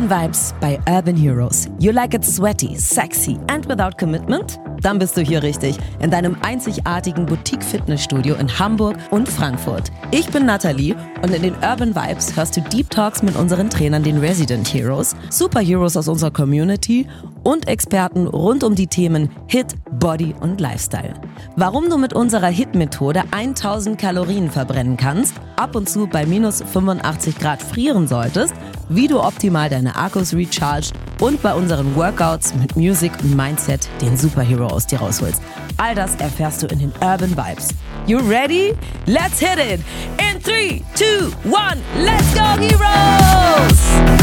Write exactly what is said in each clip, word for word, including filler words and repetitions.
Urban Vibes bei Urban Heroes. You like it sweaty, sexy and without commitment? Dann bist du hier richtig, in deinem einzigartigen Boutique-Fitnessstudio in Hamburg und Frankfurt. Ich bin Nathalie und in den Urban Vibes hörst du Deep Talks mit unseren Trainern, den Resident Heroes, Superheroes aus unserer Community und Experten rund um die Themen Hit, Body und Lifestyle. Warum du mit unserer Hit-Methode tausend Kalorien verbrennen kannst, ab und zu bei minus fünfundachtzig Grad frieren solltest, wie du optimal deine Akkus recharged und bei unseren Workouts mit Music und Mindset den Superhero aus dir rausholst. All das erfährst du in den Urban Vibes. You ready? Let's hit it! In three, two, one, let's go Heroes!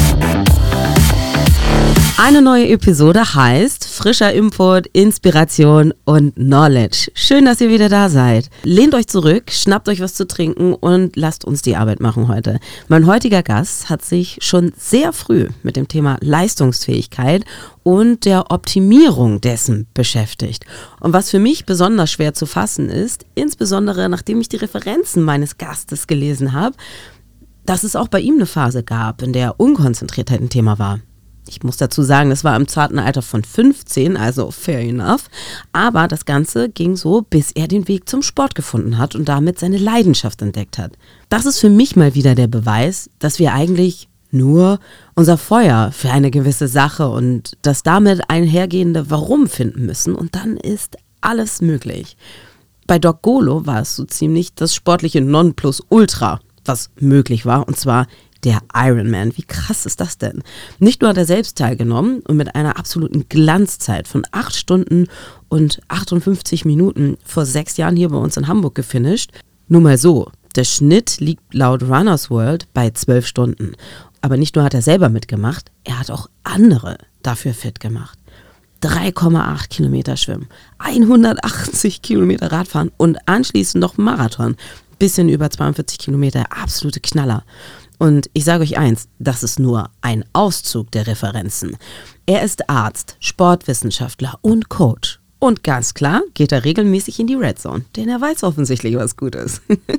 Eine neue Episode heißt Frischer Input, Inspiration und Knowledge. Schön, dass ihr wieder da seid. Lehnt euch zurück, schnappt euch was zu trinken und lasst uns die Arbeit machen heute. Mein heutiger Gast hat sich schon sehr früh mit dem Thema Leistungsfähigkeit und der Optimierung dessen beschäftigt. Und was für mich besonders schwer zu fassen ist, insbesondere nachdem ich die Referenzen meines Gastes gelesen habe, dass es auch bei ihm eine Phase gab, in der Unkonzentriertheit ein Thema war. Ich muss dazu sagen, das war im zarten Alter von fünfzehn, also fair enough. Aber das Ganze ging so, bis er den Weg zum Sport gefunden hat und damit seine Leidenschaft entdeckt hat. Das ist für mich mal wieder der Beweis, dass wir eigentlich nur unser Feuer für eine gewisse Sache und das damit einhergehende Warum finden müssen. Und dann ist alles möglich. Bei Doc Golo war es so ziemlich das sportliche Nonplusultra, was möglich war, und zwar der Ironman. Wie krass ist das denn? Nicht nur hat er selbst teilgenommen und mit einer absoluten Glanzzeit von acht Stunden und achtundfünfzig Minuten vor sechs Jahren hier bei uns in Hamburg gefinisht. Nur mal so, der Schnitt liegt laut Runners World bei zwölf Stunden. Aber nicht nur hat er selber mitgemacht, er hat auch andere dafür fit gemacht. drei Komma acht Kilometer schwimmen, hundertachtzig Kilometer Radfahren und anschließend noch Marathon. Bisschen über zweiundvierzig Kilometer, absolute Knaller. Und ich sage euch eins, das ist nur ein Auszug der Referenzen. Er ist Arzt, Sportwissenschaftler und Coach. Und ganz klar geht er regelmäßig in die Red Zone, denn er weiß offensichtlich, was gut ist.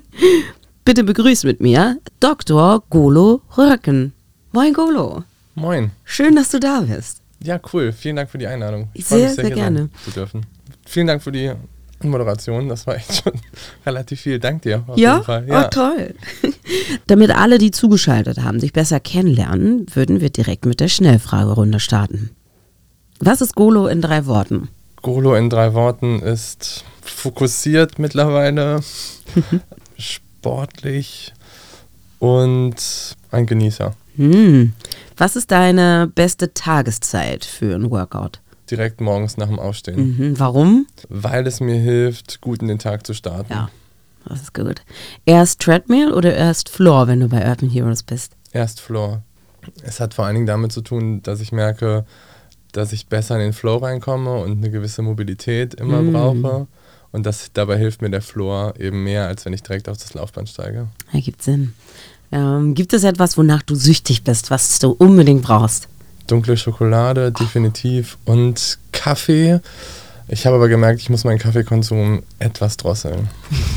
Bitte begrüßt mit mir Doktor Golo Röcken. Moin Golo. Moin. Schön, dass du da bist. Ja, cool. Vielen Dank für die Einladung. Ich sehr, freue mich sehr, sehr hier gerne sein zu dürfen. Vielen Dank für die Moderation, das war echt schon relativ viel. Dank dir auf ja? jeden Fall. Ja, oh, toll. Damit alle, die zugeschaltet haben, sich besser kennenlernen, würden wir direkt mit der Schnellfragerunde starten. Was ist Golo in drei Worten? Golo in drei Worten ist fokussiert mittlerweile, sportlich und ein Genießer. Hm. Was ist deine beste Tageszeit für ein Workout? Direkt morgens nach dem Aufstehen. Mhm. Warum? Weil es mir hilft, gut in den Tag zu starten. Ja, das ist gut. Erst Treadmill oder erst Floor, wenn du bei Urban Heroes bist? Erst Floor. Es hat vor allen Dingen damit zu tun, dass ich merke, dass ich besser in den Flow reinkomme und eine gewisse Mobilität immer mm. brauche. Und das, dabei hilft mir der Floor eben mehr, als wenn ich direkt auf das Laufband steige. Ergibt Sinn. Ähm, gibt es etwas, wonach du süchtig bist, was du unbedingt brauchst? Dunkle Schokolade, definitiv. Und Kaffee. Ich habe aber gemerkt, ich muss meinen Kaffeekonsum etwas drosseln.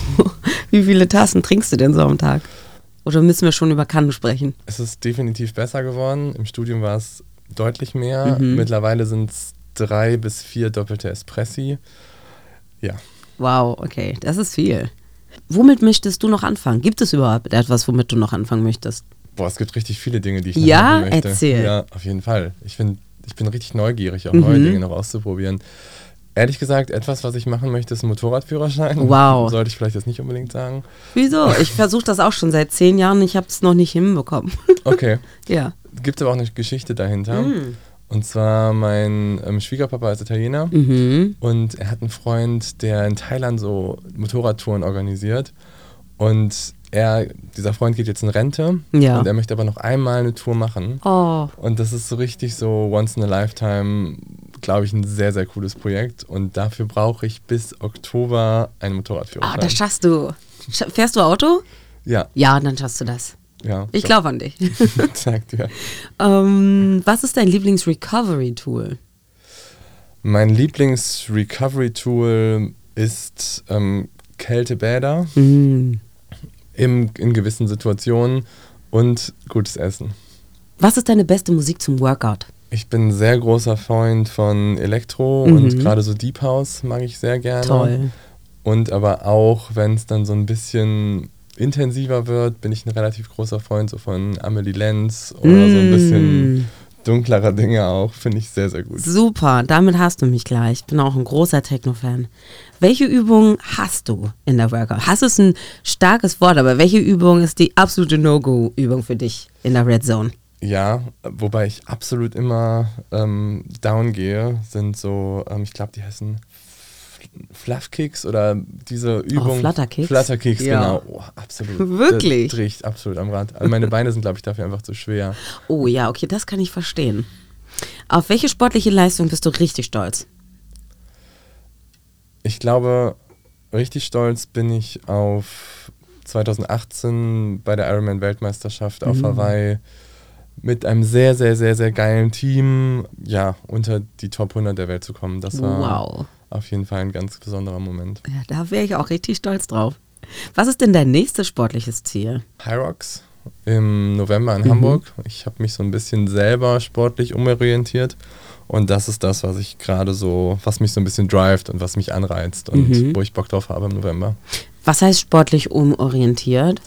Wie viele Tassen trinkst du denn so am Tag? Oder müssen wir schon über Kannen sprechen? Es ist definitiv besser geworden. Im Studium war es deutlich mehr. Mhm. Mittlerweile sind es drei bis vier doppelte Espressi. Ja. Wow, okay, das ist viel. Womit möchtest du noch anfangen? Gibt es überhaupt etwas, womit du noch anfangen möchtest? Boah, es gibt richtig viele Dinge, die ich noch ja, machen möchte. Erzähl. Ja, auf jeden Fall. Ich bin, ich bin richtig neugierig, auch mhm. neue Dinge noch auszuprobieren. Ehrlich gesagt, etwas, was ich machen möchte, ist ein Motorradführerschein. Wow. Sollte ich vielleicht jetzt nicht unbedingt sagen. Wieso? Ich versuche das auch schon seit zehn Jahren. Ich habe es noch nicht hinbekommen. Okay. Ja. Gibt aber auch eine Geschichte dahinter. Mhm. Und zwar, mein ähm, Schwiegerpapa ist Italiener. Mhm. Und er hat einen Freund, der in Thailand so Motorradtouren organisiert. Und er, dieser Freund geht jetzt in Rente. Ja. Und er möchte aber noch einmal eine Tour machen. Oh. Und das ist so richtig so once in a lifetime, glaube ich, ein sehr, sehr cooles Projekt. Und dafür brauche ich bis Oktober einen Motorradführerschein. Ah, das schaffst du. Sch- Fährst du Auto? Ja. Ja, dann schaffst du das. Ja. Ich glaube an dich. Sagt ja. ähm, was ist dein Lieblings-Recovery-Tool? Mein Lieblings-Recovery-Tool ist ähm, Kältebäder Mm. im, in gewissen Situationen und gutes Essen. Was ist deine beste Musik zum Workout? Ich bin ein sehr großer Freund von Elektro mhm. und gerade so Deep House mag ich sehr gerne. Toll. Und aber auch, wenn es dann so ein bisschen intensiver wird, bin ich ein relativ großer Freund so von Amelie Lenz oder mm. so ein bisschen dunklere Dinge auch. Finde ich sehr, sehr gut. Super, damit hast du mich gleich. Ich bin auch ein großer Techno-Fan. Welche Übung hast du in der Workout? Hass ist ein starkes Wort, aber welche Übung ist die absolute No-Go-Übung für dich in der Red Zone? Ja, wobei ich absolut immer ähm, down gehe, sind so, ähm, ich glaube, die heißen Fluffkicks oder diese Übung. Oh, Flutterkicks? Flutterkicks, ja. Genau. Oh, absolut. Wirklich? Das riecht absolut am Rad. Also meine Beine sind, glaube ich, dafür einfach zu schwer. Oh ja, okay, das kann ich verstehen. Auf welche sportliche Leistung bist du richtig stolz? Ich glaube, richtig stolz bin ich auf zwanzig achtzehn bei der Ironman-Weltmeisterschaft auf mhm. Hawaii mit einem sehr, sehr, sehr, sehr geilen Team, ja, unter die Top hundert der Welt zu kommen. Das war wow. auf jeden Fall ein ganz besonderer Moment. Ja, da wäre ich auch richtig stolz drauf. Was ist denn dein nächstes sportliches Ziel? Hyrox im November in mhm. Hamburg. Ich habe mich so ein bisschen selber sportlich umorientiert und das ist das, was ich gerade so, was mich so ein bisschen drivet und was mich anreizt und mhm. wo ich Bock drauf habe im November. Was heißt sportlich umorientiert?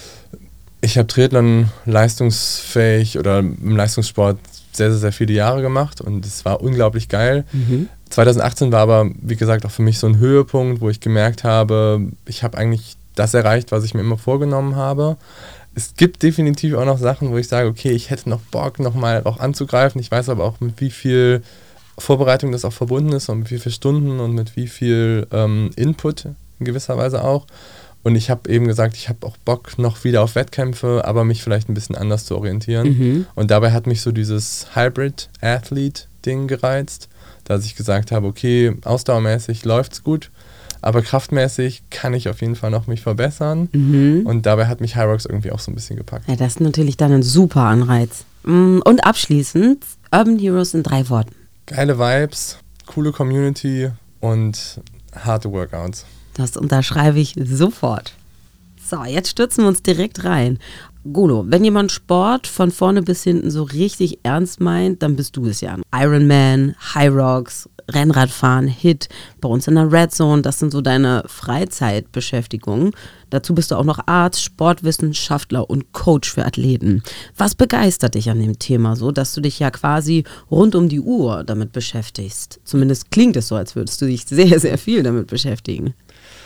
Ich habe Triathlon leistungsfähig oder im Leistungssport sehr, sehr, sehr viele Jahre gemacht und es war unglaublich geil. Mhm. zwanzig achtzehn war aber, wie gesagt, auch für mich so ein Höhepunkt, wo ich gemerkt habe, ich habe eigentlich das erreicht, was ich mir immer vorgenommen habe. Es gibt definitiv auch noch Sachen, wo ich sage, okay, ich hätte noch Bock, nochmal auch anzugreifen. Ich weiß aber auch, mit wie viel Vorbereitung das auch verbunden ist und mit wie vielen Stunden und mit wie viel ähm, Input in gewisser Weise auch. Und ich habe eben gesagt, ich habe auch Bock noch wieder auf Wettkämpfe, aber mich vielleicht ein bisschen anders zu orientieren. Mhm. Und dabei hat mich so dieses Hybrid-Athlete-Ding gereizt, dass ich gesagt habe, okay, ausdauermäßig läuft's gut, aber kraftmäßig kann ich auf jeden Fall noch mich verbessern. Mhm. Und dabei hat mich Hyrox irgendwie auch so ein bisschen gepackt. Ja, das ist natürlich dann ein super Anreiz. Und abschließend, Urban Heroes in drei Worten. Geile Vibes, coole Community und harte Workouts. Das unterschreibe ich sofort. So, jetzt stürzen wir uns direkt rein. Golo, wenn jemand Sport von vorne bis hinten so richtig ernst meint, dann bist du es ja. Ironman, Hyrox, Rennradfahren, Hit, bei uns in der Red Zone, das sind so deine Freizeitbeschäftigungen. Dazu bist du auch noch Arzt, Sportwissenschaftler und Coach für Athleten. Was begeistert dich an dem Thema so, dass du dich ja quasi rund um die Uhr damit beschäftigst? Zumindest klingt es so, als würdest du dich sehr, sehr viel damit beschäftigen.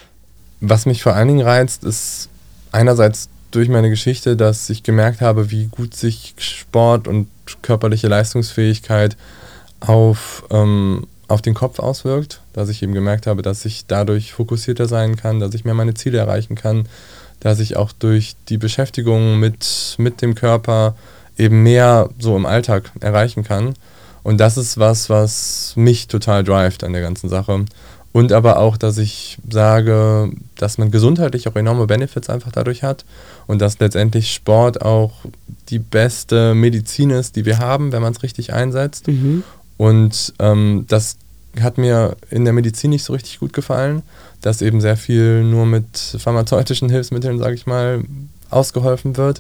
Was mich vor allen Dingen reizt, ist einerseits durch meine Geschichte, dass ich gemerkt habe, wie gut sich Sport und körperliche Leistungsfähigkeit auf, ähm, auf den Kopf auswirkt. Dass ich eben gemerkt habe, dass ich dadurch fokussierter sein kann, dass ich mehr meine Ziele erreichen kann, dass ich auch durch die Beschäftigung mit, mit dem Körper eben mehr so im Alltag erreichen kann. Und das ist was, was mich total drivet an der ganzen Sache. Und aber auch, dass ich sage, dass man gesundheitlich auch enorme Benefits einfach dadurch hat und dass letztendlich Sport auch die beste Medizin ist, die wir haben, wenn man es richtig einsetzt. Mhm. Und ähm, das hat mir in der Medizin nicht so richtig gut gefallen, dass eben sehr viel nur mit pharmazeutischen Hilfsmitteln, sage ich mal, ausgeholfen wird.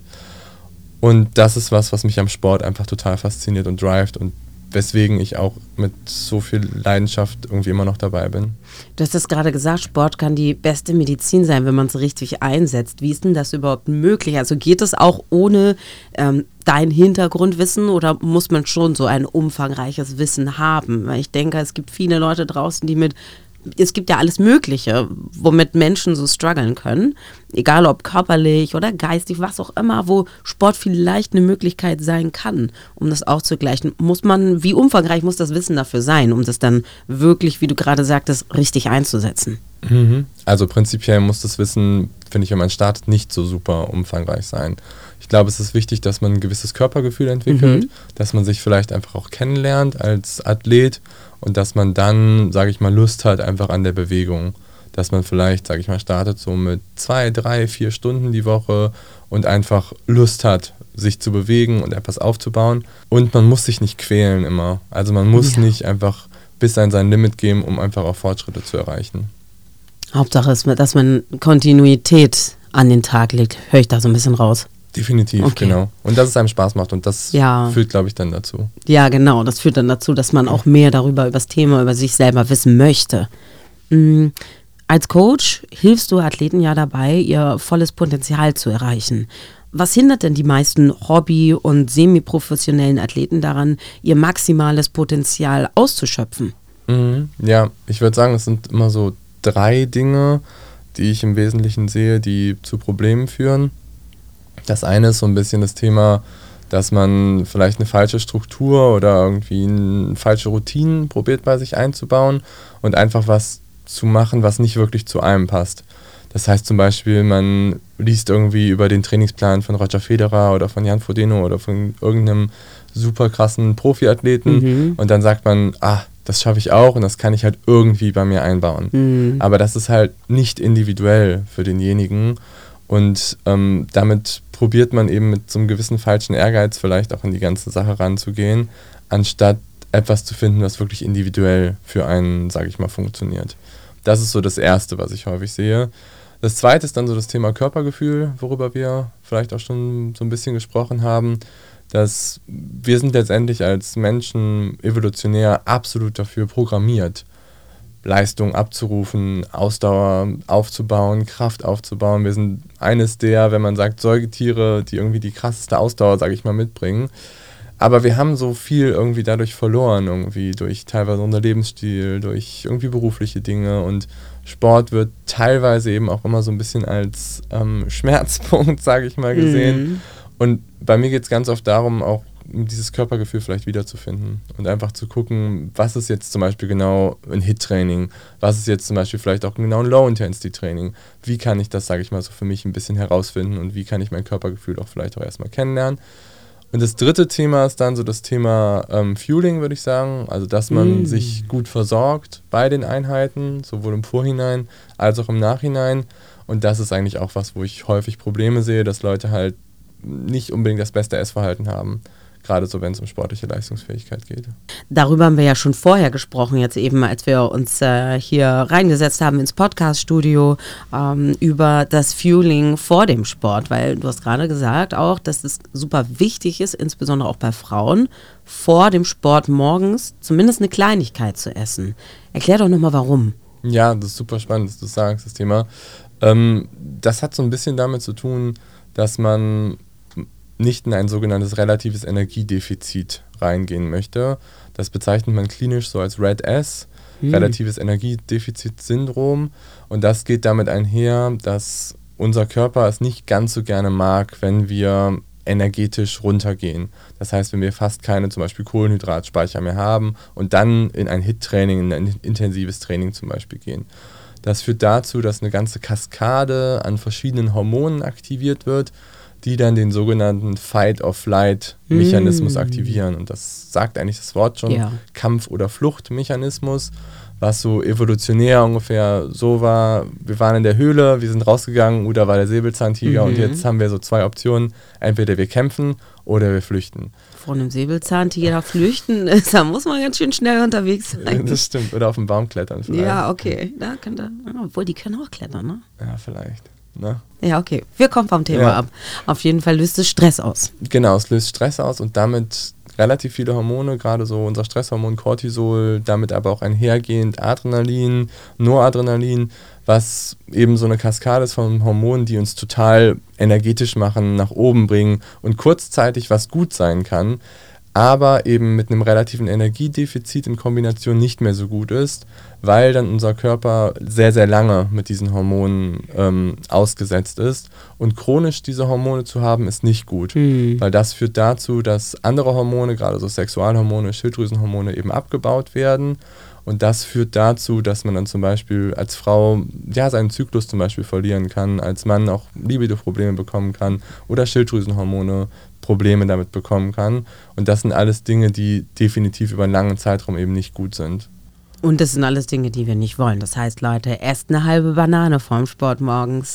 Und das ist was, was mich am Sport einfach total fasziniert und drivet und weswegen ich auch mit so viel Leidenschaft irgendwie immer noch dabei bin. Du hast es gerade gesagt, Sport kann die beste Medizin sein, wenn man es richtig einsetzt. Wie ist denn das überhaupt möglich? Also geht es auch ohne ähm, dein Hintergrundwissen oder muss man schon so ein umfangreiches Wissen haben? Weil ich denke, es gibt viele Leute draußen, die mit es gibt ja alles Mögliche, womit Menschen so strugglen können, egal ob körperlich oder geistig, was auch immer, wo Sport vielleicht eine Möglichkeit sein kann, um das auszugleichen. Muss man, wie umfangreich muss das Wissen dafür sein, um das dann wirklich, wie du gerade sagtest, richtig einzusetzen? Mhm. Also prinzipiell muss das Wissen, finde ich, wenn man startet, nicht so super umfangreich sein. Ich glaube, es ist wichtig, dass man ein gewisses Körpergefühl entwickelt, mhm. dass man sich vielleicht einfach auch kennenlernt als Athlet und dass man dann, sage ich mal, Lust hat einfach an der Bewegung. Dass man vielleicht, sage ich mal, startet so mit zwei, drei, vier Stunden die Woche und einfach Lust hat, sich zu bewegen und etwas aufzubauen. Und man muss sich nicht quälen immer. Also man muss ja. nicht einfach bis an sein Limit gehen, um einfach auch Fortschritte zu erreichen. Hauptsache ist, dass man Kontinuität an den Tag legt. Höre ich da so ein bisschen raus. Definitiv, Okay. genau. Und dass es einem Spaß macht und das Ja. führt, glaube ich, dann dazu. Ja, genau. Das führt dann dazu, dass man auch mehr darüber, über das Thema, über sich selber wissen möchte. Mhm. Als Coach hilfst du Athleten ja dabei, ihr volles Potenzial zu erreichen. Was hindert denn die meisten Hobby- und semi-professionellen Athleten daran, ihr maximales Potenzial auszuschöpfen? Mhm. Ja, ich würde sagen, es sind immer so drei Dinge, die ich im Wesentlichen sehe, die zu Problemen führen. Das eine ist so ein bisschen das Thema, dass man vielleicht eine falsche Struktur oder irgendwie eine falsche Routinen probiert bei sich einzubauen und einfach was zu machen, was nicht wirklich zu einem passt. Das heißt zum Beispiel, man liest irgendwie über den Trainingsplan von Roger Federer oder von Jan Frodeno oder von irgendeinem super krassen Profiathleten Mhm. und dann sagt man, ah, das schaffe ich auch und das kann ich halt irgendwie bei mir einbauen. Mhm. Aber das ist halt nicht individuell für denjenigen und ähm, damit probiert man eben mit so einem gewissen falschen Ehrgeiz vielleicht auch an die ganze Sache ranzugehen, anstatt etwas zu finden, was wirklich individuell für einen, sage ich mal, funktioniert. Das ist so das Erste, was ich häufig sehe. Das Zweite ist dann so das Thema Körpergefühl, worüber wir vielleicht auch schon so ein bisschen gesprochen haben, dass wir sind letztendlich als Menschen evolutionär absolut dafür programmiert, Leistung abzurufen, Ausdauer aufzubauen, Kraft aufzubauen. Wir sind eines der, wenn man sagt, Säugetiere, die irgendwie die krasseste Ausdauer, sage ich mal, mitbringen. Aber wir haben so viel irgendwie dadurch verloren, irgendwie durch teilweise unser Lebensstil, durch irgendwie berufliche Dinge und Sport wird teilweise eben auch immer so ein bisschen als ähm, Schmerzpunkt, sage ich mal, gesehen. Mhm. Und bei mir geht es ganz oft darum, auch dieses Körpergefühl vielleicht wiederzufinden und einfach zu gucken, was ist jetzt zum Beispiel genau ein Hit-Training, was ist jetzt zum Beispiel vielleicht auch genau ein Low-Intensity-Training, wie kann ich das, sage ich mal, so für mich ein bisschen herausfinden und wie kann ich mein Körpergefühl auch vielleicht auch erstmal kennenlernen. Und das dritte Thema ist dann so das Thema ähm, Fueling, würde ich sagen, also dass man Mm. sich gut versorgt bei den Einheiten, sowohl im Vorhinein als auch im Nachhinein und das ist eigentlich auch was, wo ich häufig Probleme sehe, dass Leute halt nicht unbedingt das beste Essverhalten haben, gerade so, wenn es um sportliche Leistungsfähigkeit geht. Darüber haben wir ja schon vorher gesprochen, jetzt eben, als wir uns äh, hier reingesetzt haben ins Podcast-Studio, ähm, über das Fueling vor dem Sport, weil du hast gerade gesagt auch, dass es super wichtig ist, insbesondere auch bei Frauen, vor dem Sport morgens zumindest eine Kleinigkeit zu essen. Erklär doch nochmal, warum. Ja, das ist super spannend, dass du sagst, das Thema. Ähm, das hat so ein bisschen damit zu tun, dass man nicht in ein sogenanntes relatives Energiedefizit reingehen möchte. Das bezeichnet man klinisch so als R E D S, hm. relatives Energiedefizitsyndrom. Und das geht damit einher, dass unser Körper es nicht ganz so gerne mag, wenn wir energetisch runtergehen. Das heißt, wenn wir fast keine zum Beispiel Kohlenhydratspeicher mehr haben und dann in ein H I I T-Training, in ein intensives Training zum Beispiel gehen. Das führt dazu, dass eine ganze Kaskade an verschiedenen Hormonen aktiviert wird, die dann den sogenannten Fight-or-Flight-Mechanismus mm. aktivieren. Und das sagt eigentlich das Wort schon, ja. Kampf- oder Fluchtmechanismus, was so evolutionär ungefähr so war, wir waren in der Höhle, wir sind rausgegangen, oder war der Säbelzahntiger mhm. und jetzt haben wir so zwei Optionen, entweder wir kämpfen oder wir flüchten. Von einem Säbelzahntiger flüchten, da muss man ganz schön schnell unterwegs sein. Das stimmt, oder auf den Baum klettern vielleicht. Ja, okay, da könnte, obwohl die können auch klettern, ne? Ja, vielleicht. Ne? Ja, okay. Wir kommen vom Thema ja. ab. Auf jeden Fall löst es Stress aus. Genau, es löst Stress aus und damit relativ viele Hormone, gerade so unser Stresshormon Cortisol, damit aber auch einhergehend Adrenalin, Noradrenalin, was eben so eine Kaskade ist von Hormonen, die uns total energetisch machen, nach oben bringen und kurzzeitig was gut sein kann, aber eben mit einem relativen Energiedefizit in Kombination nicht mehr so gut ist, weil dann unser Körper sehr, sehr lange mit diesen Hormonen ähm, ausgesetzt ist. Und chronisch diese Hormone zu haben, ist nicht gut, mhm. weil das führt dazu, dass andere Hormone, gerade so Sexualhormone, Schilddrüsenhormone eben abgebaut werden. Und das führt dazu, dass man dann zum Beispiel als Frau ja seinen Zyklus zum Beispiel verlieren kann, als Mann auch Libido-Probleme bekommen kann oder Schilddrüsenhormone Probleme damit bekommen kann. Und das sind alles Dinge, die definitiv über einen langen Zeitraum eben nicht gut sind. Und das sind alles Dinge, die wir nicht wollen. Das heißt, Leute, esst eine halbe Banane vorm Sport morgens.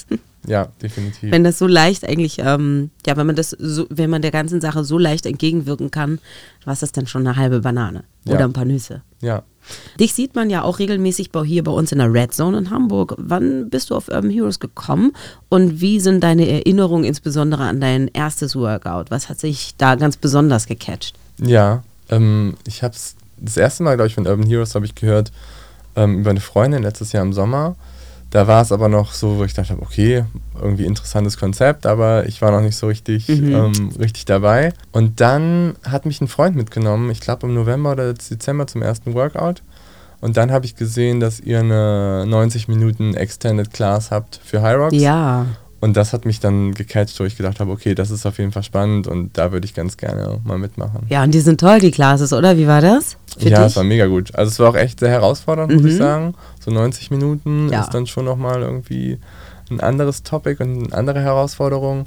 Ja, definitiv. Wenn das so leicht eigentlich, ähm, ja, wenn man das so, wenn man der ganzen Sache so leicht entgegenwirken kann, was ist dann schon eine halbe Banane oder Ja. ein paar Nüsse. Ja. Dich sieht man ja auch regelmäßig bei, hier bei uns in der Red Zone in Hamburg. Wann bist du auf Urban Heroes gekommen und wie sind deine Erinnerungen insbesondere an dein erstes Workout? Was hat sich da ganz besonders gecatcht? Ja, ähm, ich habe es das erste Mal, glaube ich, von Urban Heroes habe ich gehört ähm, über eine Freundin letztes Jahr im Sommer. Da war es aber noch so, wo ich dachte, okay, irgendwie interessantes Konzept, aber ich war noch nicht so richtig, mhm. ähm, richtig dabei. Und dann hat mich ein Freund mitgenommen, ich glaube im November oder Dezember zum ersten Workout. Und dann habe ich gesehen, dass ihr eine neunzig Minuten Extended Class habt für High Rocks. Ja. Und das hat mich dann gecatcht, wo ich gedacht habe, okay, das ist auf jeden Fall spannend und da würde ich ganz gerne mal mitmachen. Ja, und die sind toll, die Classes, oder? Wie war das für ja, dich? Es war mega gut. Also es war auch echt sehr herausfordernd, muss mhm. ich sagen. So neunzig Minuten ja. ist dann schon nochmal irgendwie ein anderes Topic und eine andere Herausforderung.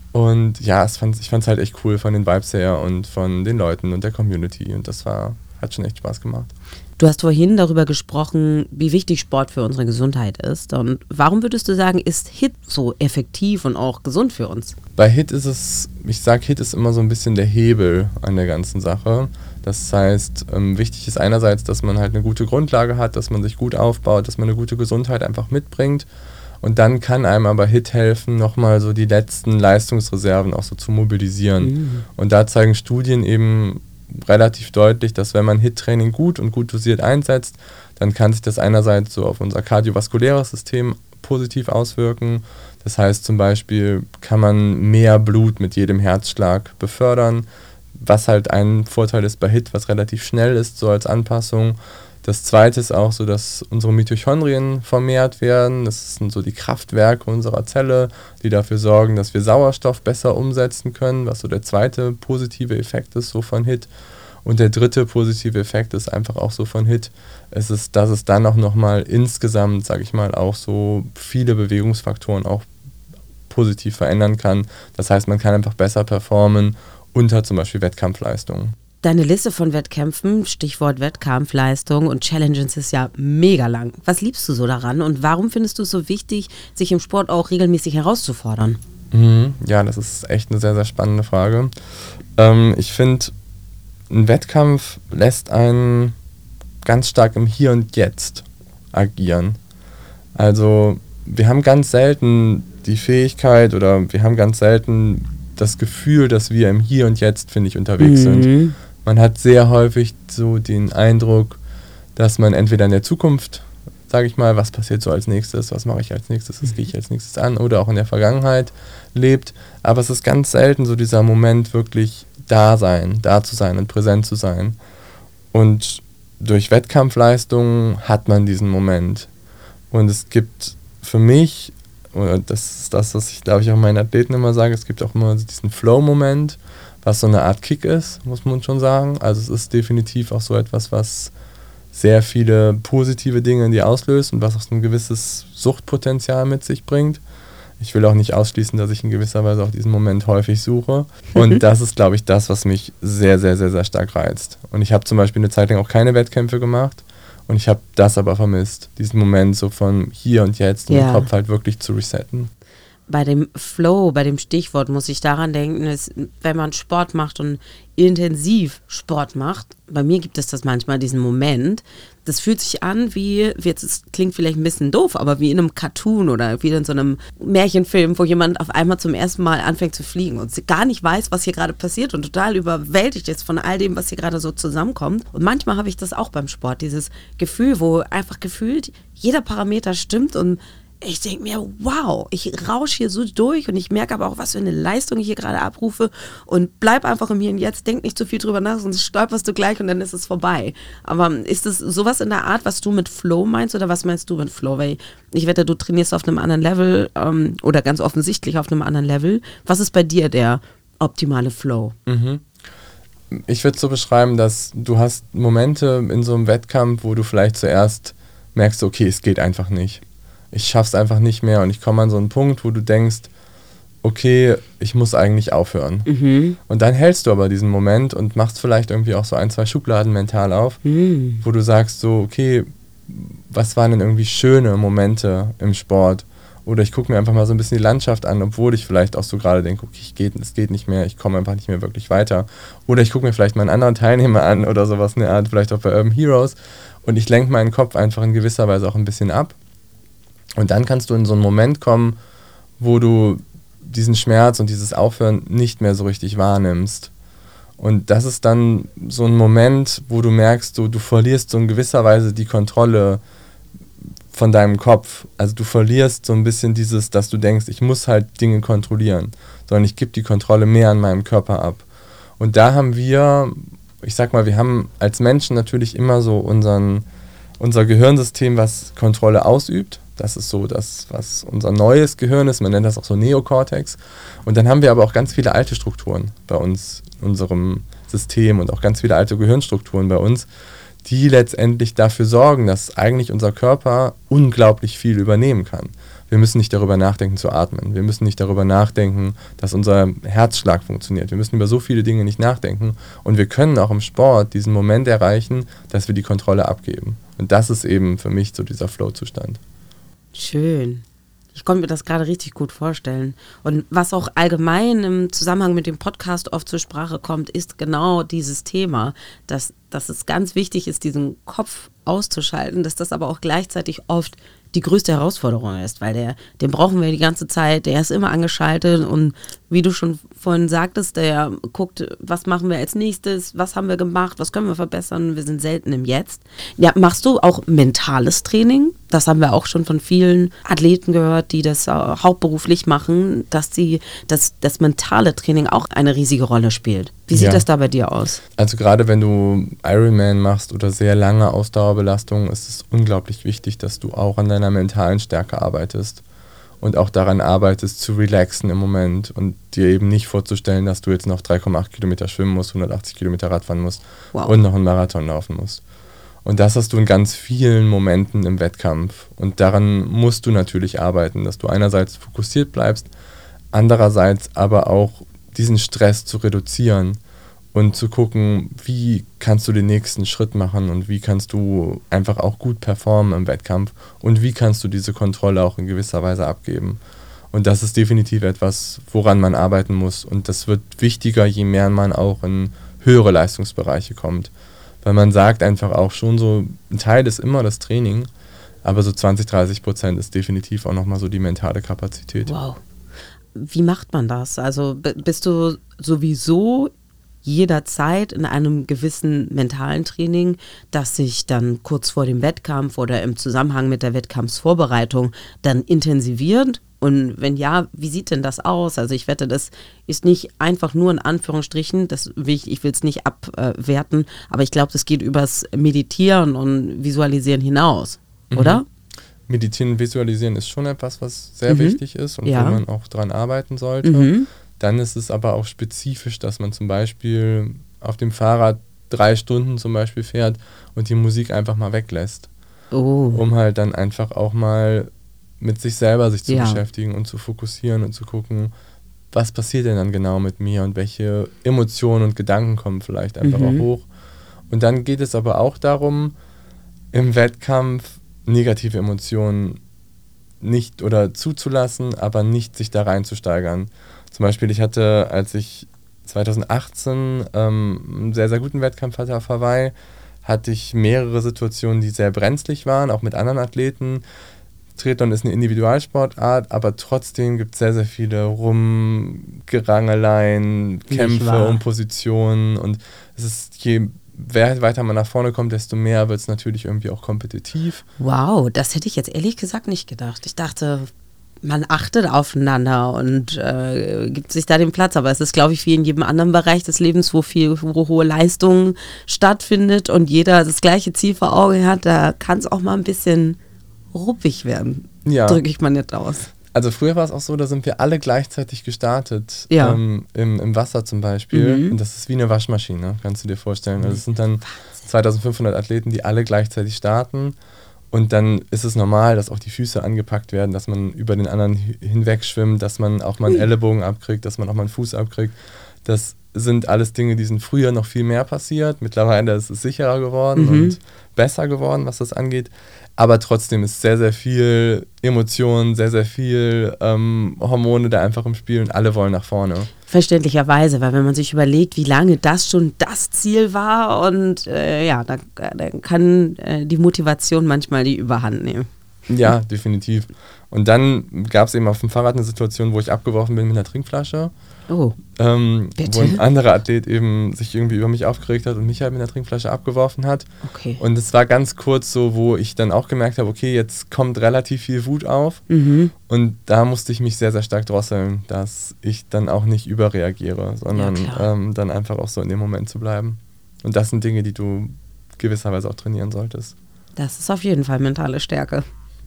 Und ja, es fand, ich fand es halt echt cool von den Vibes her und von den Leuten und der Community. Und das war, hat schon echt Spaß gemacht. Du hast vorhin darüber gesprochen, wie wichtig Sport für unsere Gesundheit ist. Und warum würdest du sagen, ist H I I T so effektiv und auch gesund für uns? Bei H I I T ist es, ich sage, H I I T ist immer so ein bisschen der Hebel an der ganzen Sache. Das heißt, ähm, wichtig ist einerseits, dass man halt eine gute Grundlage hat, dass man sich gut aufbaut, dass man eine gute Gesundheit einfach mitbringt. Und dann kann einem aber H I I T helfen, nochmal so die letzten Leistungsreserven auch so zu mobilisieren. Mhm. Und da zeigen Studien eben relativ deutlich, dass wenn man H I I T-Training gut und gut dosiert einsetzt, dann kann sich das einerseits so auf unser kardiovaskuläres System positiv auswirken. Das heißt zum Beispiel kann man mehr Blut mit jedem Herzschlag befördern, was halt ein Vorteil ist bei H I I T, was relativ schnell ist, so als Anpassung. Das zweite ist auch so, dass unsere Mitochondrien vermehrt werden. Das sind so die Kraftwerke unserer Zelle, die dafür sorgen, dass wir Sauerstoff besser umsetzen können, was so der zweite positive Effekt ist so von H I I T. Und der dritte positive Effekt ist einfach auch so von H I I T, es ist, dass es dann auch nochmal insgesamt, sage ich mal, auch so viele Bewegungsfaktoren auch positiv verändern kann. Das heißt, man kann einfach besser performen unter zum Beispiel Wettkampfleistungen. Deine Liste von Wettkämpfen, Stichwort Wettkampfleistung und Challenges ist ja mega lang. Was liebst du so daran und warum findest du es so wichtig, sich im Sport auch regelmäßig herauszufordern? Mhm, ja, das ist echt eine sehr, sehr spannende Frage. Ähm, ich finde, ein Wettkampf lässt einen ganz stark im Hier und Jetzt agieren. Also wir haben ganz selten die Fähigkeit oder wir haben ganz selten das Gefühl, dass wir im Hier und Jetzt, finde ich, unterwegs mhm. sind. Man hat sehr häufig so den Eindruck, dass man entweder in der Zukunft, sage ich mal, was passiert so als nächstes, was mache ich als nächstes, was gehe ich als nächstes an, oder auch in der Vergangenheit lebt. Aber es ist ganz selten so dieser Moment, wirklich da sein, da zu sein und präsent zu sein. Und durch Wettkampfleistungen hat man diesen Moment. Und es gibt für mich, oder das ist das, was ich glaube ich auch meinen Athleten immer sage, es gibt auch immer diesen Flow-Moment, was so eine Art Kick ist, muss man schon sagen. Also es ist definitiv auch so etwas, was sehr viele positive Dinge in dir auslöst und was auch so ein gewisses Suchtpotenzial mit sich bringt. Ich will auch nicht ausschließen, dass ich in gewisser Weise auch diesen Moment häufig suche. Und das ist, glaube ich, das, was mich sehr, sehr, sehr, sehr stark reizt. Und ich habe zum Beispiel eine Zeit lang auch keine Wettkämpfe gemacht und ich habe das aber vermisst, diesen Moment so von hier und jetzt, um ja. den Kopf halt wirklich zu resetten. Bei dem Flow, bei dem Stichwort muss ich daran denken, dass, wenn man Sport macht und intensiv Sport macht, bei mir gibt es das manchmal, diesen Moment, das fühlt sich an wie, jetzt es klingt vielleicht ein bisschen doof, aber wie in einem Cartoon oder wie in so einem Märchenfilm, wo jemand auf einmal zum ersten Mal anfängt zu fliegen und gar nicht weiß, was hier gerade passiert und total überwältigt ist von all dem, was hier gerade so zusammenkommt. Und manchmal habe ich das auch beim Sport, dieses Gefühl, wo einfach gefühlt jeder Parameter stimmt und ich denke mir, wow, ich rausche hier so durch und ich merke aber auch, was für eine Leistung ich hier gerade abrufe und bleib einfach im Hier und Jetzt, denk nicht zu viel drüber nach, sonst stolperst du gleich und dann ist es vorbei. Aber ist es sowas in der Art, was du mit Flow meinst oder was meinst du mit Flow? Weil ich wette, du trainierst auf einem anderen Level ähm, oder ganz offensichtlich auf einem anderen Level. Was ist bei dir der optimale Flow? Mhm. Ich würde es so beschreiben, dass du hast Momente in so einem Wettkampf, wo du vielleicht zuerst merkst, okay, es geht einfach nicht. Ich schaff's einfach nicht mehr und ich komme an so einen Punkt, wo du denkst, okay, ich muss eigentlich aufhören. Mhm. Und dann hältst du aber diesen Moment und machst vielleicht irgendwie auch so ein, zwei Schubladen mental auf, mhm. wo du sagst so, okay, was waren denn irgendwie schöne Momente im Sport? Oder ich gucke mir einfach mal so ein bisschen die Landschaft an, obwohl ich vielleicht auch so gerade denke, okay, ich geht, es geht nicht mehr, ich komme einfach nicht mehr wirklich weiter. Oder ich gucke mir vielleicht mal einen anderen Teilnehmer an oder sowas in der Art, vielleicht auch bei Urban Heroes. Und ich lenke meinen Kopf einfach in gewisser Weise auch ein bisschen ab. Und dann kannst du in so einen Moment kommen, wo du diesen Schmerz und dieses Aufhören nicht mehr so richtig wahrnimmst. Und das ist dann so ein Moment, wo du merkst, du, du verlierst so in gewisser Weise die Kontrolle von deinem Kopf. Also du verlierst so ein bisschen dieses, dass du denkst, ich muss halt Dinge kontrollieren, sondern ich gebe die Kontrolle mehr an meinem Körper ab. Und da haben wir, ich sag mal, wir haben als Menschen natürlich immer so unseren, unser Gehirnsystem, was Kontrolle ausübt. Das ist so das, was unser neues Gehirn ist. Man nennt das auch so Neokortex. Und dann haben wir aber auch ganz viele alte Strukturen bei uns, in unserem System und auch ganz viele alte Gehirnstrukturen bei uns, die letztendlich dafür sorgen, dass eigentlich unser Körper unglaublich viel übernehmen kann. Wir müssen nicht darüber nachdenken zu atmen. Wir müssen nicht darüber nachdenken, dass unser Herzschlag funktioniert. Wir müssen über so viele Dinge nicht nachdenken. Und wir können auch im Sport diesen Moment erreichen, dass wir die Kontrolle abgeben. Und das ist eben für mich so dieser Flow-Zustand. Schön. Ich konnte mir das gerade richtig gut vorstellen. Und was auch allgemein im Zusammenhang mit dem Podcast oft zur Sprache kommt, ist genau dieses Thema, dass, dass es ganz wichtig ist, diesen Kopf auszuschalten, dass das aber auch gleichzeitig oft die größte Herausforderung ist, weil der, den brauchen wir die ganze Zeit, der ist immer angeschaltet und wie du schon vorhin sagtest, der guckt, was machen wir als nächstes, was haben wir gemacht, was können wir verbessern, wir sind selten im Jetzt. Ja, machst du auch mentales Training? Das haben wir auch schon von vielen Athleten gehört, die das äh, hauptberuflich machen, dass sie, dass das mentale Training auch eine riesige Rolle spielt. Wie sieht Ja. das da bei dir aus? Also gerade wenn du Ironman machst oder sehr lange Ausdauerbelastungen, ist es unglaublich wichtig, dass du auch an deiner mentalen Stärke arbeitest und auch daran arbeitest, zu relaxen im Moment und dir eben nicht vorzustellen, dass du jetzt noch drei Komma acht Kilometer schwimmen musst, hundertachtzig Kilometer Radfahren musst Wow. und noch einen Marathon laufen musst. Und das hast du in ganz vielen Momenten im Wettkampf. Und daran musst du natürlich arbeiten, dass du einerseits fokussiert bleibst, andererseits aber auch diesen Stress zu reduzieren und zu gucken, wie kannst du den nächsten Schritt machen und wie kannst du einfach auch gut performen im Wettkampf und wie kannst du diese Kontrolle auch in gewisser Weise abgeben. Und das ist definitiv etwas, woran man arbeiten muss. Und das wird wichtiger, je mehr man auch in höhere Leistungsbereiche kommt. Weil man sagt einfach auch schon so, ein Teil ist immer das Training, aber so zwanzig, dreißig Prozent ist definitiv auch nochmal so die mentale Kapazität. Wow. Wie macht man das? Also b- bist du sowieso jederzeit in einem gewissen mentalen Training, das sich dann kurz vor dem Wettkampf oder im Zusammenhang mit der Wettkampfsvorbereitung dann intensiviert? Und wenn ja, wie sieht denn das aus? Also ich wette, das ist nicht einfach nur in Anführungsstrichen, das will ich, ich will es nicht abwerten, aber ich glaube, das geht übers Meditieren und Visualisieren hinaus, Mhm. oder? Meditieren und Visualisieren ist schon etwas, was sehr Mhm. wichtig ist und Ja. wo man auch dran arbeiten sollte. Mhm. Dann ist es aber auch spezifisch, dass man zum Beispiel auf dem Fahrrad drei Stunden zum Beispiel fährt und die Musik einfach mal weglässt, Oh. um halt dann einfach auch mal mit sich selber sich zu Ja. beschäftigen und zu fokussieren und zu gucken, was passiert denn dann genau mit mir und welche Emotionen und Gedanken kommen vielleicht einfach Mhm. auch hoch. Und dann geht es aber auch darum, im Wettkampf negative Emotionen nicht oder zuzulassen, aber nicht sich da reinzusteigern. Zum Beispiel, ich hatte, als ich zwanzig achtzehn ähm, einen sehr, sehr guten Wettkampf hatte auf Hawaii, hatte ich mehrere Situationen, die sehr brenzlig waren, auch mit anderen Athleten. Triathlon ist eine Individualsportart, aber trotzdem gibt es sehr, sehr viele Rumgerangeleien, Kämpfe wahr. um Positionen und es ist, je wer weiter man nach vorne kommt, desto mehr wird es natürlich irgendwie auch kompetitiv. Wow, das hätte ich jetzt ehrlich gesagt nicht gedacht. Ich dachte, man achtet aufeinander und äh, gibt sich da den Platz. Aber es ist, glaube ich, wie in jedem anderen Bereich des Lebens, wo viel, wo hohe Leistung stattfindet und jeder das gleiche Ziel vor Augen hat, da kann es auch mal ein bisschen ruppig werden. Ja. Drücke ich mal nicht aus. Also früher war es auch so, da sind wir alle gleichzeitig gestartet, Ja. ähm, im, im Wasser zum Beispiel. Mhm. Und das ist wie eine Waschmaschine, kannst du dir vorstellen. Also es sind dann zweitausendfünfhundert Athleten, die alle gleichzeitig starten. Und dann ist es normal, dass auch die Füße angepackt werden, dass man über den anderen hi- hinweg schwimmt, dass man auch mal einen Ellenbogen abkriegt, dass man auch mal einen Fuß abkriegt. Das sind alles Dinge, die sind früher noch viel mehr passiert. Mittlerweile ist es sicherer geworden Mhm. und besser geworden, was das angeht. Aber trotzdem ist sehr, sehr viel Emotionen, sehr, sehr viel ähm, Hormone da einfach im Spiel und alle wollen nach vorne. Verständlicherweise, weil wenn man sich überlegt, wie lange das schon das Ziel war und äh, ja, da, da kann äh, die Motivation manchmal die Überhand nehmen. Ja, definitiv. Und dann gab es eben auf dem Fahrrad eine Situation, wo ich abgeworfen bin mit einer Trinkflasche. Oh, Ähm, Bitte? wo ein anderer Athlet eben sich irgendwie über mich aufgeregt hat und mich halt mit einer Trinkflasche abgeworfen hat. okay. Und es war ganz kurz so, wo ich dann auch gemerkt habe, okay, jetzt kommt relativ viel Wut auf. Mhm. Und da musste ich mich sehr, sehr stark drosseln, dass ich dann auch nicht überreagiere, sondern Ja, klar. ähm, dann einfach auch so in dem Moment zu bleiben. Und das sind Dinge, die du gewisserweise auch trainieren solltest. Das ist auf jeden Fall mentale Stärke.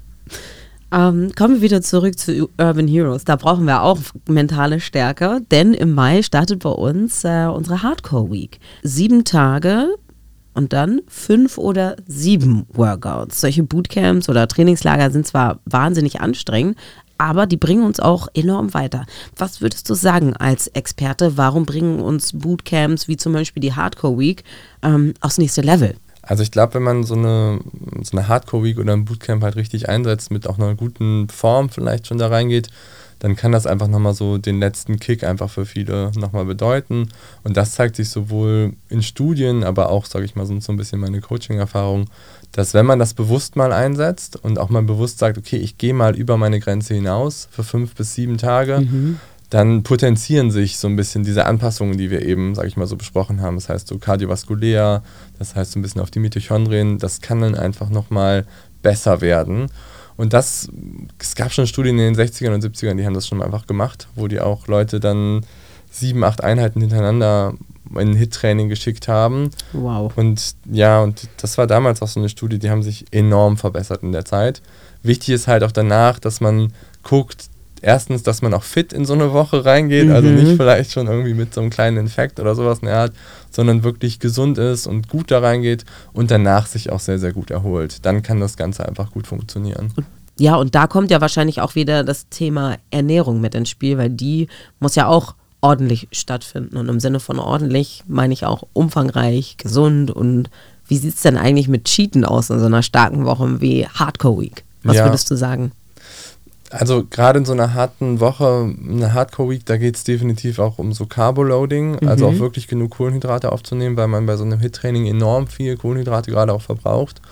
Ähm, kommen wir wieder zurück zu Urban Heroes. Da brauchen wir auch mentale Stärke, denn im Mai startet bei uns äh, unsere Hardcore Week. Sieben Tage und dann fünf oder sieben Workouts. Solche Bootcamps oder Trainingslager sind zwar wahnsinnig anstrengend, aber die bringen uns auch enorm weiter. Was würdest du sagen als Experte, warum bringen uns Bootcamps wie zum Beispiel die Hardcore Week ähm, aufs nächste Level? Also ich glaube, wenn man so eine, so eine Hardcore-Week oder ein Bootcamp halt richtig einsetzt, mit auch einer guten Form vielleicht schon da reingeht, dann kann das einfach nochmal so den letzten Kick einfach für viele nochmal bedeuten. Und das zeigt sich sowohl in Studien, aber auch, sage ich mal, so, so ein bisschen meine Coaching-Erfahrung, dass wenn man das bewusst mal einsetzt und auch mal bewusst sagt, okay, ich gehe mal über meine Grenze hinaus für fünf bis sieben Tage, Mhm. dann potenzieren sich so ein bisschen diese Anpassungen, die wir eben, sage ich mal, so besprochen haben. Das heißt so kardiovaskulär, das heißt so ein bisschen auf die Mitochondrien, das kann dann einfach nochmal besser werden. Und das, es gab schon Studien in den sechzigern und siebzigern, die haben das schon einfach gemacht, wo die auch Leute dann sieben, acht Einheiten hintereinander in ein Hit-Training geschickt haben. Wow. Und ja, und das war damals auch so eine Studie, die haben sich enorm verbessert in der Zeit. Wichtig ist halt auch danach, dass man guckt, erstens, dass man auch fit in so eine Woche reingeht, Mhm. also nicht vielleicht schon irgendwie mit so einem kleinen Infekt oder sowas in der Art, sondern wirklich gesund ist und gut da reingeht und danach sich auch sehr, sehr gut erholt. Dann kann das Ganze einfach gut funktionieren. Ja, und da kommt ja wahrscheinlich auch wieder das Thema Ernährung mit ins Spiel, weil die muss ja auch ordentlich stattfinden. Und im Sinne von ordentlich meine ich auch umfangreich, gesund. Und wie sieht es denn eigentlich mit Cheaten aus in so einer starken Woche wie Hardcore Week? Was Ja. würdest du sagen? Also gerade in so einer harten Woche, eine Hardcore-Week, da geht es definitiv auch um so Carboloading, Mhm. also auch wirklich genug Kohlenhydrate aufzunehmen, weil man bei so einem Hit-Training enorm viel Kohlenhydrate gerade auch verbraucht.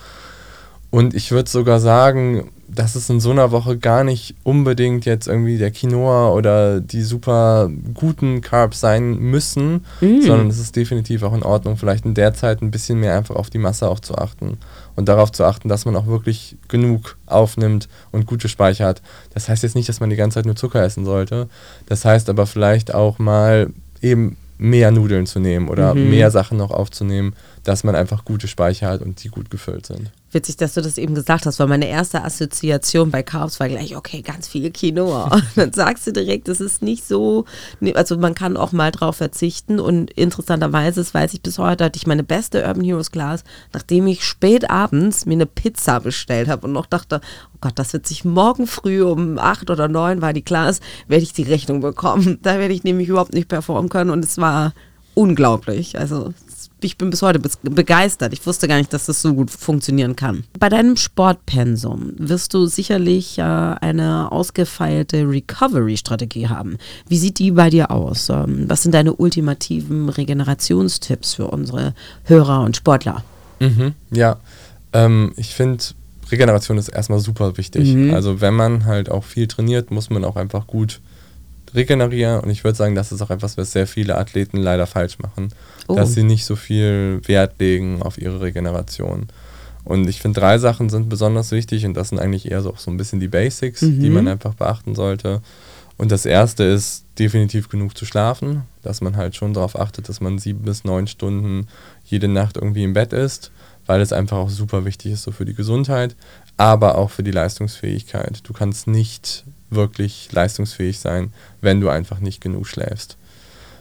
Und ich würde sogar sagen, dass es in so einer Woche gar nicht unbedingt jetzt irgendwie der Quinoa oder die super guten Carbs sein müssen, Mhm. sondern es ist definitiv auch in Ordnung, vielleicht in der Zeit ein bisschen mehr einfach auf die Masse auch zu achten und darauf zu achten, dass man auch wirklich genug aufnimmt und gute Speicher hat. Das heißt jetzt nicht, dass man die ganze Zeit nur Zucker essen sollte, das heißt aber vielleicht auch mal eben mehr Nudeln zu nehmen oder Mhm. mehr Sachen noch aufzunehmen, dass man einfach gute Speicher hat und die gut gefüllt sind. Witzig, dass du das eben gesagt hast, weil meine erste Assoziation bei Carbs war gleich, okay, ganz viel Quinoa. Und dann sagst du direkt, es ist nicht so, nee, also man kann auch mal drauf verzichten und interessanterweise, das weiß ich bis heute, hatte ich meine beste Urban Heroes Class, nachdem ich spät abends mir eine Pizza bestellt habe und noch dachte, oh Gott, das wird sich morgen früh um acht oder neun war die Class, werde ich die Rechnung bekommen. Da werde ich nämlich überhaupt nicht performen können und es war unglaublich. Also ich bin bis heute begeistert. Ich wusste gar nicht, dass das so gut funktionieren kann. Bei deinem Sportpensum wirst du sicherlich äh, eine ausgefeilte Recovery-Strategie haben. Wie sieht die bei dir aus? Ähm, was sind deine ultimativen Regenerationstipps für unsere Hörer und Sportler? Mhm, ja, ähm, ich finde, Regeneration ist erstmal super wichtig. Mhm. Also wenn man halt auch viel trainiert, muss man auch einfach gut regenerieren. Und ich würde sagen, das ist auch etwas, was sehr viele Athleten leider falsch machen. Oh. Dass sie nicht so viel Wert legen auf ihre Regeneration. Und ich finde, drei Sachen sind besonders wichtig und das sind eigentlich eher so, auch so ein bisschen die Basics, Mhm. die man einfach beachten sollte. Und das erste ist definitiv genug zu schlafen, dass man halt schon darauf achtet, dass man sieben bis neun Stunden jede Nacht irgendwie im Bett ist, weil es einfach auch super wichtig ist so für die Gesundheit, aber auch für die Leistungsfähigkeit. Du kannst nicht wirklich leistungsfähig sein, wenn du einfach nicht genug schläfst.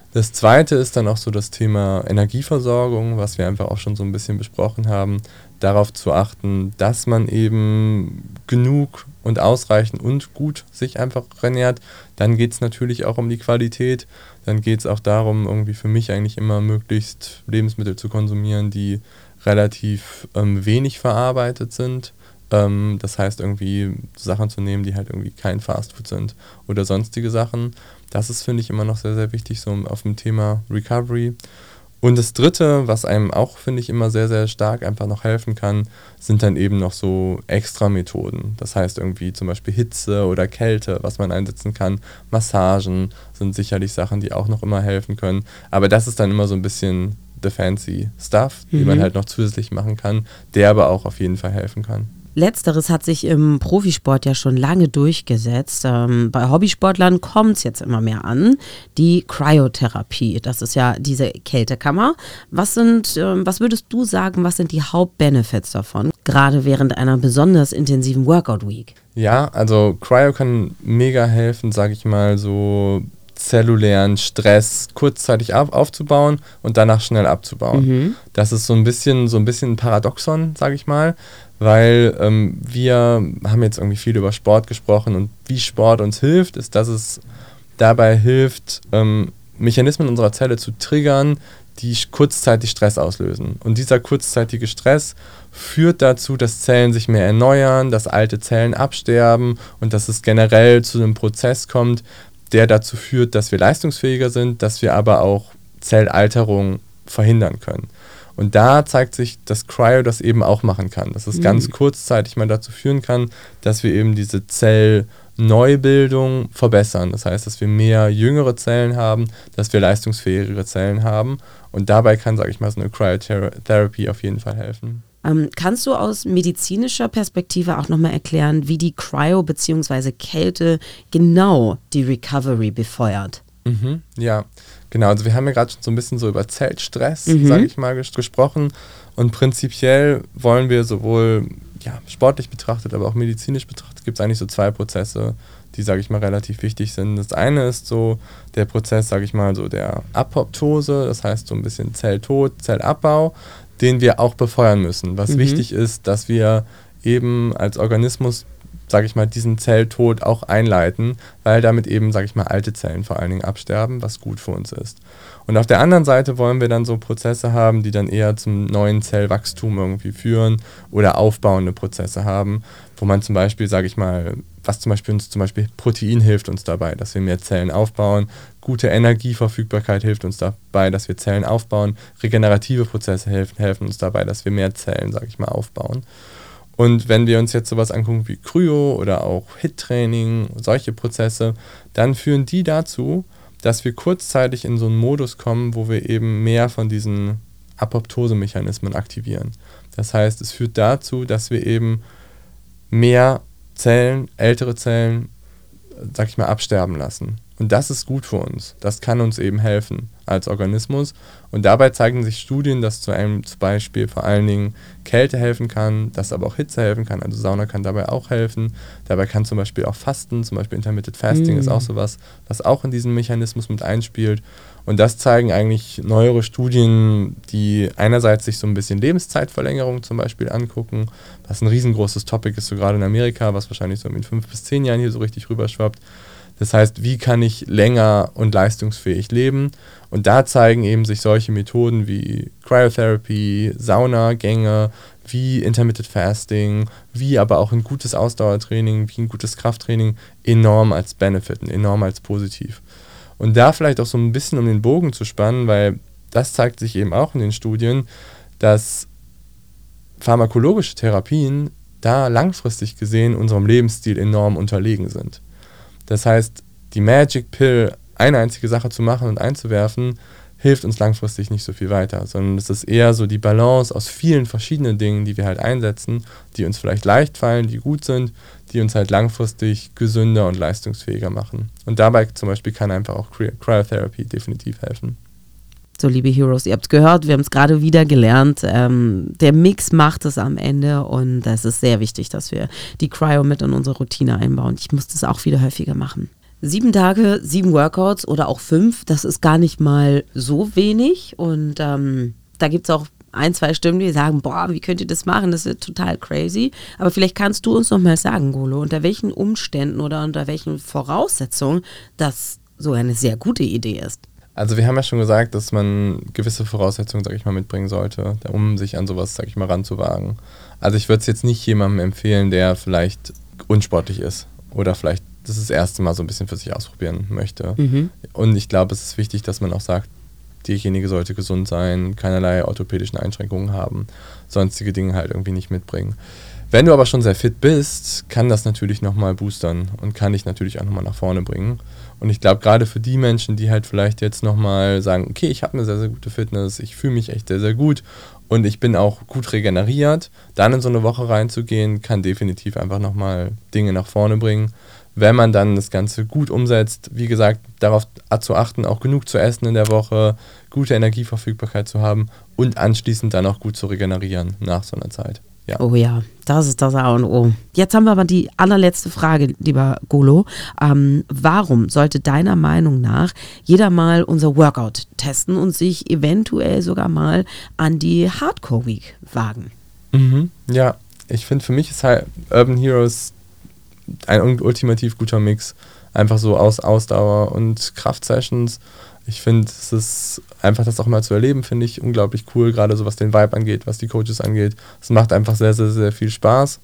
Das zweite ist dann auch so das Thema Energieversorgung, was wir einfach auch schon so ein bisschen besprochen haben, darauf zu achten, dass man eben genug und ausreichend und gut sich einfach ernährt. Dann geht es natürlich auch um die Qualität, dann geht es auch darum, irgendwie für mich eigentlich immer möglichst Lebensmittel zu konsumieren, die relativ ähm, wenig verarbeitet sind. Ähm, das heißt irgendwie Sachen zu nehmen, die halt irgendwie kein Fastfood sind oder sonstige Sachen. Das ist, finde ich, immer noch sehr, sehr wichtig, so auf dem Thema Recovery. Und das Dritte, was einem auch, finde ich, immer sehr, sehr stark einfach noch helfen kann, sind dann eben noch so extra Methoden. Das heißt irgendwie zum Beispiel Hitze oder Kälte, was man einsetzen kann. Massagen sind sicherlich Sachen, die auch noch immer helfen können. Aber das ist dann immer so ein bisschen the fancy stuff, mhm. die man halt noch zusätzlich machen kann, der aber auch auf jeden Fall helfen kann. Letzteres hat sich im Profisport ja schon lange durchgesetzt. Ähm, bei Hobbysportlern kommt es jetzt immer mehr an. Die Cryotherapie, das ist ja diese Kältekammer. Was sind, ähm, was würdest du sagen, was sind die Hauptbenefits davon, gerade während einer besonders intensiven Workout-Week? Ja, also Cryo kann mega helfen, sage ich mal, so zellulären Stress kurzzeitig auf, aufzubauen und danach schnell abzubauen. Mhm. Das ist so ein bisschen so ein bisschen ein Paradoxon, sage ich mal, weil ähm, wir haben jetzt irgendwie viel über Sport gesprochen und wie Sport uns hilft, ist, dass es dabei hilft, ähm, Mechanismen unserer Zelle zu triggern, die kurzzeitig Stress auslösen. Und dieser kurzzeitige Stress führt dazu, dass Zellen sich mehr erneuern, dass alte Zellen absterben und dass es generell zu einem Prozess kommt, der dazu führt, dass wir leistungsfähiger sind, dass wir aber auch Zellalterung verhindern können. Und da zeigt sich, dass Cryo das eben auch machen kann, dass es mhm. ganz kurzzeitig mal dazu führen kann, dass wir eben diese Zellneubildung verbessern. Das heißt, dass wir mehr jüngere Zellen haben, dass wir leistungsfähigere Zellen haben. Und dabei kann, sage ich mal, so eine Cryotherapie auf jeden Fall helfen. Ähm, kannst du aus medizinischer Perspektive auch nochmal erklären, wie die Cryo bzw. Kälte genau die Recovery befeuert? Mhm, ja, genau. Also wir haben ja gerade schon so ein bisschen so über Zellstress, mhm. sage ich mal, ges- gesprochen. Und prinzipiell wollen wir sowohl ja, sportlich betrachtet, aber auch medizinisch betrachtet, gibt es eigentlich so zwei Prozesse, die, sage ich mal, relativ wichtig sind. Das eine ist so der Prozess, sage ich mal, so der Apoptose, das heißt so ein bisschen Zelltod, Zellabbau, den wir auch befeuern müssen. Was mhm. wichtig ist, dass wir eben als Organismus, sage ich mal, diesen Zelltod auch einleiten, weil damit eben, sage ich mal, alte Zellen vor allen Dingen absterben, was gut für uns ist. Und auf der anderen Seite wollen wir dann so Prozesse haben, die dann eher zum neuen Zellwachstum irgendwie führen oder aufbauende Prozesse haben, wo man zum Beispiel, sage ich mal, was zum Beispiel uns zum Beispiel Protein hilft uns dabei, dass wir mehr Zellen aufbauen, gute Energieverfügbarkeit hilft uns dabei, dass wir Zellen aufbauen, regenerative Prozesse helfen, helfen uns dabei, dass wir mehr Zellen, sage ich mal, aufbauen. Und wenn wir uns jetzt sowas angucken wie Kryo oder auch H I T-Training, solche Prozesse, dann führen die dazu, dass wir kurzzeitig in so einen Modus kommen, wo wir eben mehr von diesen Apoptose-Mechanismen aktivieren. Das heißt, es führt dazu, dass wir eben mehr Zellen, ältere Zellen, sag ich mal, absterben lassen. Und das ist gut für uns. Das kann uns eben helfen als Organismus. Und dabei zeigen sich Studien, dass zu einem zum Beispiel vor allen Dingen Kälte helfen kann, dass aber auch Hitze helfen kann. Also Sauna kann dabei auch helfen. Dabei kann zum Beispiel auch Fasten, zum Beispiel Intermittent Fasting mm. ist auch sowas, was auch in diesen Mechanismus mit einspielt. Und das zeigen eigentlich neuere Studien, die einerseits sich so ein bisschen Lebenszeitverlängerung zum Beispiel angucken, was ein riesengroßes Topic ist, so gerade in Amerika, was wahrscheinlich so in fünf bis zehn Jahren hier so richtig rüberschwappt. Das heißt, wie kann ich länger und leistungsfähig leben? Und da zeigen eben sich solche Methoden wie Cryotherapy, Saunagänge, wie Intermittent Fasting, wie aber auch ein gutes Ausdauertraining, wie ein gutes Krafttraining enorm als Benefit, enorm als positiv. Und da vielleicht auch so ein bisschen um den Bogen zu spannen, weil das zeigt sich eben auch in den Studien, dass pharmakologische Therapien da langfristig gesehen unserem Lebensstil enorm unterlegen sind. Das heißt, die Magic Pill, eine einzige Sache zu machen und einzuwerfen, hilft uns langfristig nicht so viel weiter, sondern es ist eher so die Balance aus vielen verschiedenen Dingen, die wir halt einsetzen, die uns vielleicht leicht fallen, die gut sind, die uns halt langfristig gesünder und leistungsfähiger machen. Und dabei zum Beispiel kann einfach auch Cryotherapy definitiv helfen. So, liebe Heroes, ihr habt es gehört, wir haben es gerade wieder gelernt. Ähm, der Mix macht es am Ende und es ist sehr wichtig, dass wir die Cryo mit in unsere Routine einbauen. Ich muss das auch wieder häufiger machen. Sieben Tage, sieben Workouts oder auch fünf, das ist gar nicht mal so wenig. Und ähm, da gibt es auch ein, zwei Stimmen, die sagen, boah, wie könnt ihr das machen? Das ist total crazy. Aber vielleicht kannst du uns noch mal sagen, Golo, unter welchen Umständen oder unter welchen Voraussetzungen das so eine sehr gute Idee ist. Also wir haben ja schon gesagt, dass man gewisse Voraussetzungen, sag ich mal, mitbringen sollte, um sich an sowas, sag ich mal, ranzuwagen. Also ich würde es jetzt nicht jemandem empfehlen, der vielleicht unsportlich ist oder vielleicht das, das erste Mal so ein bisschen für sich ausprobieren möchte. Mhm. Und ich glaube, es ist wichtig, dass man auch sagt, derjenige sollte gesund sein, keinerlei orthopädischen Einschränkungen haben, sonstige Dinge halt irgendwie nicht mitbringen. Wenn du aber schon sehr fit bist, kann das natürlich nochmal boostern und kann dich natürlich auch nochmal nach vorne bringen. Und ich glaube, gerade für die Menschen, die halt vielleicht jetzt nochmal sagen, okay, ich habe eine sehr, sehr gute Fitness, ich fühle mich echt sehr, sehr gut und ich bin auch gut regeneriert, dann in so eine Woche reinzugehen, kann definitiv einfach nochmal Dinge nach vorne bringen. Wenn man dann das Ganze gut umsetzt, wie gesagt, darauf zu achten, auch genug zu essen in der Woche, gute Energieverfügbarkeit zu haben und anschließend dann auch gut zu regenerieren nach so einer Zeit. Ja. Oh ja, das ist das A und O. Jetzt haben wir aber die allerletzte Frage, lieber Golo. Ähm, warum sollte deiner Meinung nach jeder mal unser Workout testen und sich eventuell sogar mal an die Hardcore Week wagen? Mhm. Ja, ich finde, für mich ist halt Urban Heroes ein ultimativ guter Mix. Einfach so aus Ausdauer und Kraftsessions. Ich finde, es ist einfach das auch mal zu erleben, finde ich unglaublich cool, gerade so was den Vibe angeht, was die Coaches angeht. Es macht einfach sehr, sehr, sehr viel Spaß.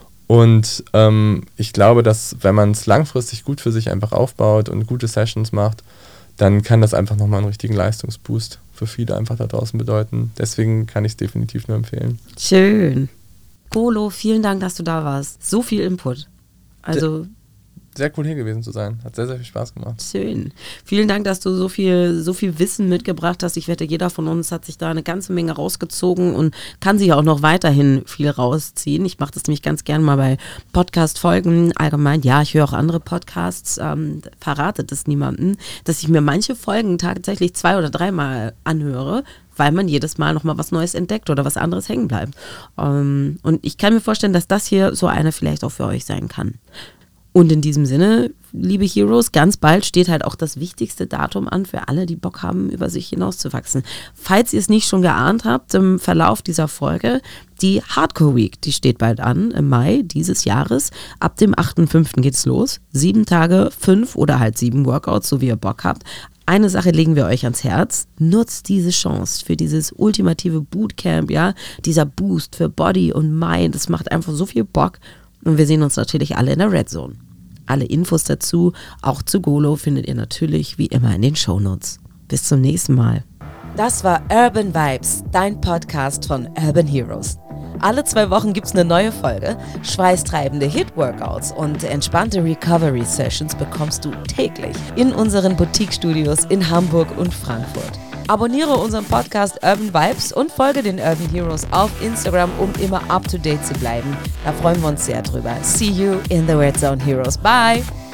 Und ähm, ich glaube, dass wenn man es langfristig gut für sich einfach aufbaut und gute Sessions macht, dann kann das einfach nochmal einen richtigen Leistungsboost für viele einfach da draußen bedeuten. Deswegen kann ich es definitiv nur empfehlen. Schön. Golo, vielen Dank, dass du da warst. So viel Input. Also... Sehr cool hier gewesen zu sein. Hat sehr, sehr viel Spaß gemacht. Schön. Vielen Dank, dass du so viel, so viel Wissen mitgebracht hast. Ich wette, jeder von uns hat sich da eine ganze Menge rausgezogen und kann sich auch noch weiterhin viel rausziehen. Ich mache das nämlich ganz gern mal bei Podcast-Folgen allgemein. Ja, ich höre auch andere Podcasts, ähm, verrate das niemandem, dass ich mir manche Folgen tatsächlich zwei- oder dreimal anhöre, weil man jedes Mal nochmal was Neues entdeckt oder was anderes hängen bleibt. Ähm, und ich kann mir vorstellen, dass das hier so eine vielleicht auch für euch sein kann. Und in diesem Sinne, liebe Heroes, ganz bald steht halt auch das wichtigste Datum an für alle, die Bock haben, über sich hinauszuwachsen. Falls ihr es nicht schon geahnt habt, im Verlauf dieser Folge, die Hardcore Week, die steht bald an, im Mai dieses Jahres. Ab dem achten fünften geht's los. Sieben Tage, fünf oder halt sieben Workouts, so wie ihr Bock habt. Eine Sache legen wir euch ans Herz. Nutzt diese Chance für dieses ultimative Bootcamp, ja, dieser Boost für Body und Mind. Das macht einfach so viel Bock. Und wir sehen uns natürlich alle in der Red Zone. Alle Infos dazu, auch zu Golo, findet ihr natürlich wie immer in den Shownotes. Bis zum nächsten Mal. Das war Urban Vibes, dein Podcast von Urban Heroes. Alle zwei Wochen gibt's eine neue Folge. Schweißtreibende Hit-Workouts und entspannte Recovery-Sessions bekommst du täglich in unseren Boutique-Studios in Hamburg und Frankfurt. Abonniere unseren Podcast Urban Vibes und folge den Urban Heroes auf Instagram, um immer up to date zu bleiben. Da freuen wir uns sehr drüber. See you in the Red Zone, Heroes. Bye!